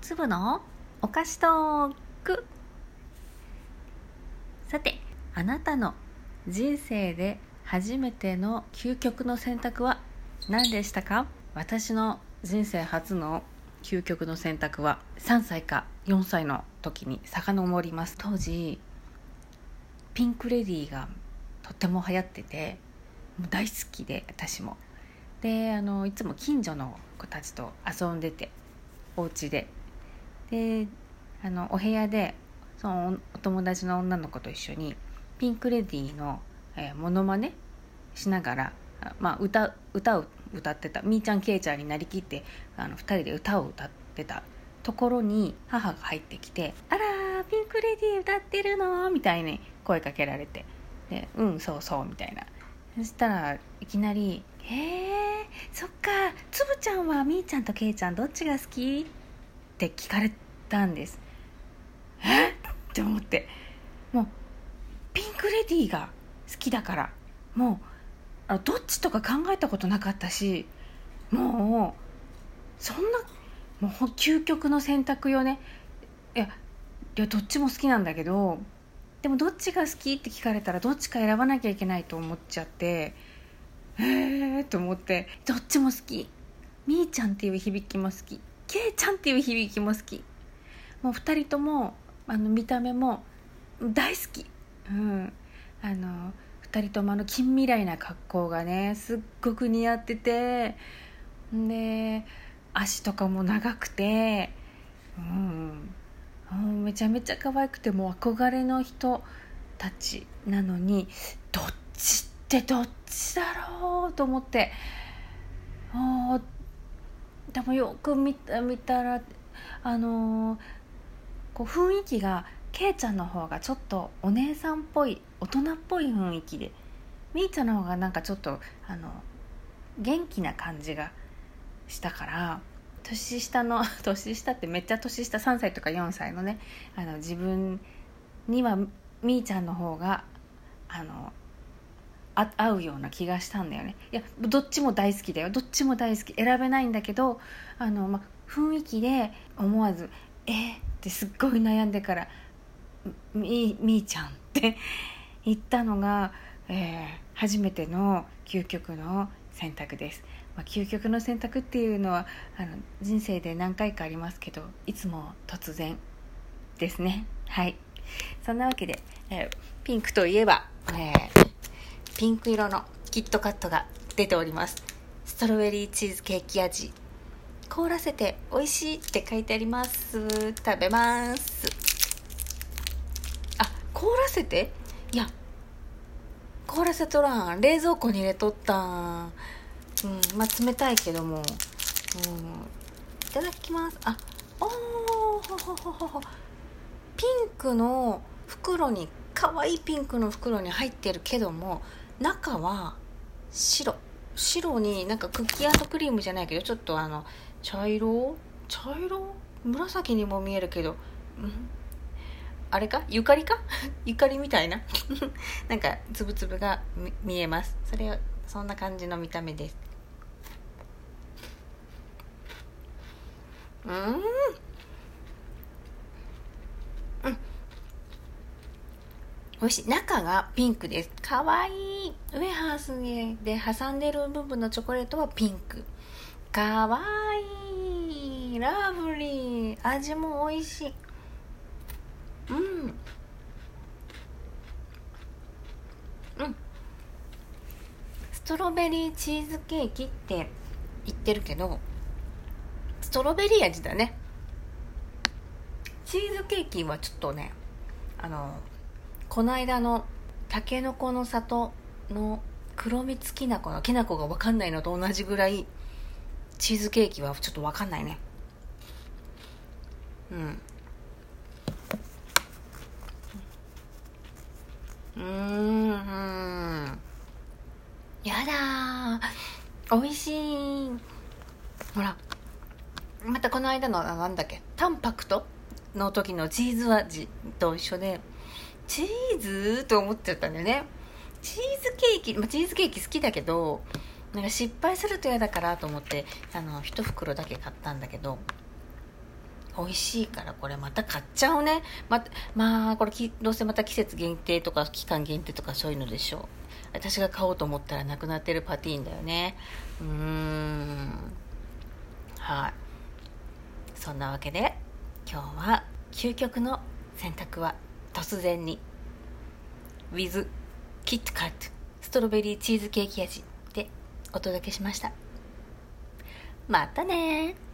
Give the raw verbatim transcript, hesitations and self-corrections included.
粒のお菓子トーク。さて、あなたの人生で初めての究極の選択は何でしたか？私の人生初の究極の選択はさんさいかよんさいの時に遡ります。当時ピンクレディーがとっても流行ってて、もう大好きで、私もであのいつも近所の子たちと遊んでて、お家でであのお部屋でそのお友達の女の子と一緒にピンクレディーの、えー、モノマネしながら、まあ、歌歌を歌ってた、みーちゃんけいちゃんになりきってあのふたりで歌を歌ってたところに母が入ってきて、あらーピンクレディー歌ってるのみたいに声かけられて、でうんそうそうみたいな。そしたらいきなりへーそっか、つぶちゃんはみーちゃんとけいちゃんどっちが好きって聞かれたんです。えって思って、もうピンクレディーが好きだから、もうあどっちとか考えたことなかったし、もうそんなもう究極の選択よね。いやいやどっちも好きなんだけど、でもどっちが好きって聞かれたらどっちか選ばなきゃいけないと思っちゃって、えーと思って、どっちも好き、みーちゃんっていう響きも好き、けいちゃんっていう響きも好き、もうふたりともあの見た目も大好き、うん、あのふたりともあの近未来な格好がねすっごく似合ってて、で足とかも長くて、うん、もうめちゃめちゃ可愛くて、もう憧れの人たちなのに、どっちってどっちだろうと思って、あでもよく見た見たらあのー、こう雰囲気がけいちゃんの方がちょっとお姉さんっぽい大人っぽい雰囲気で、みーちゃんの方がなんかちょっとあの元気な感じがしたから、年下の年下ってめっちゃ年下さんさいとかよんさいのね、あの自分にはみーちゃんの方があのあ合うような気がしたんだよね。いやどっちも大好きだよ、どっちも大好き、選べないんだけど、あの、ま、雰囲気で思わずえー、ってすっごい悩んでからみみーちゃんって言ったのが、えー、初めての究極の選択です。まあ、究極の選択っていうのはあの人生で何回かありますけど、いつも突然ですね。はい、そんなわけで、えー、ピンクといえば、えー、ピンク色のキットカットが出ております。ストロベリーチーズケーキ味、凍らせて美味しいって書いてあります。食べます。あ、凍らせて、いや凍らせとらん、冷蔵庫に入れとったん、うん、まあ冷たいけども、うん、いただきます。あ、おーほほほほほ、ピンクの袋に、かわいいピンクの袋に入ってるけども、中は白白になんかクッキー&クリームじゃないけど、ちょっとあの茶色茶色紫にも見えるけど、うんあれかゆかりかゆかりみたいななんかつぶつぶが見えます。それそんな感じの見た目です。うーんうん美味しい。中がピンクです。かわいい。ウエハースで挟んでる部分のチョコレートはピンク。かわいい。ラブリー。味も美味しい。うん。うん。ストロベリーチーズケーキって言ってるけど、ストロベリー味だね。チーズケーキはちょっとね、あの、この間のたけのこの里の黒蜜きなこのきなこが分かんないのと同じぐらい、チーズケーキはちょっと分かんないね。うんうーんやだー美味しい。ほらまたこの間のなんだっけ、タンパクトの時のチーズ味と一緒で、チーズと思っちゃったんだよね。チーズケーキ、まあ、チーズケーキ好きだけど、なんか失敗すると嫌だからと思って、あの一袋だけ買ったんだけど、 美味しいからこれまた買っちゃうね。ままあこれどうせまた季節限定とか期間限定とかそういうのでしょう。私が買おうと思ったらなくなってるパティーンだよね。うーんはい。そんなわけで今日は究極の選択は突然に with キットカットストロベリーチーズケーキ味でお届けしました。またね。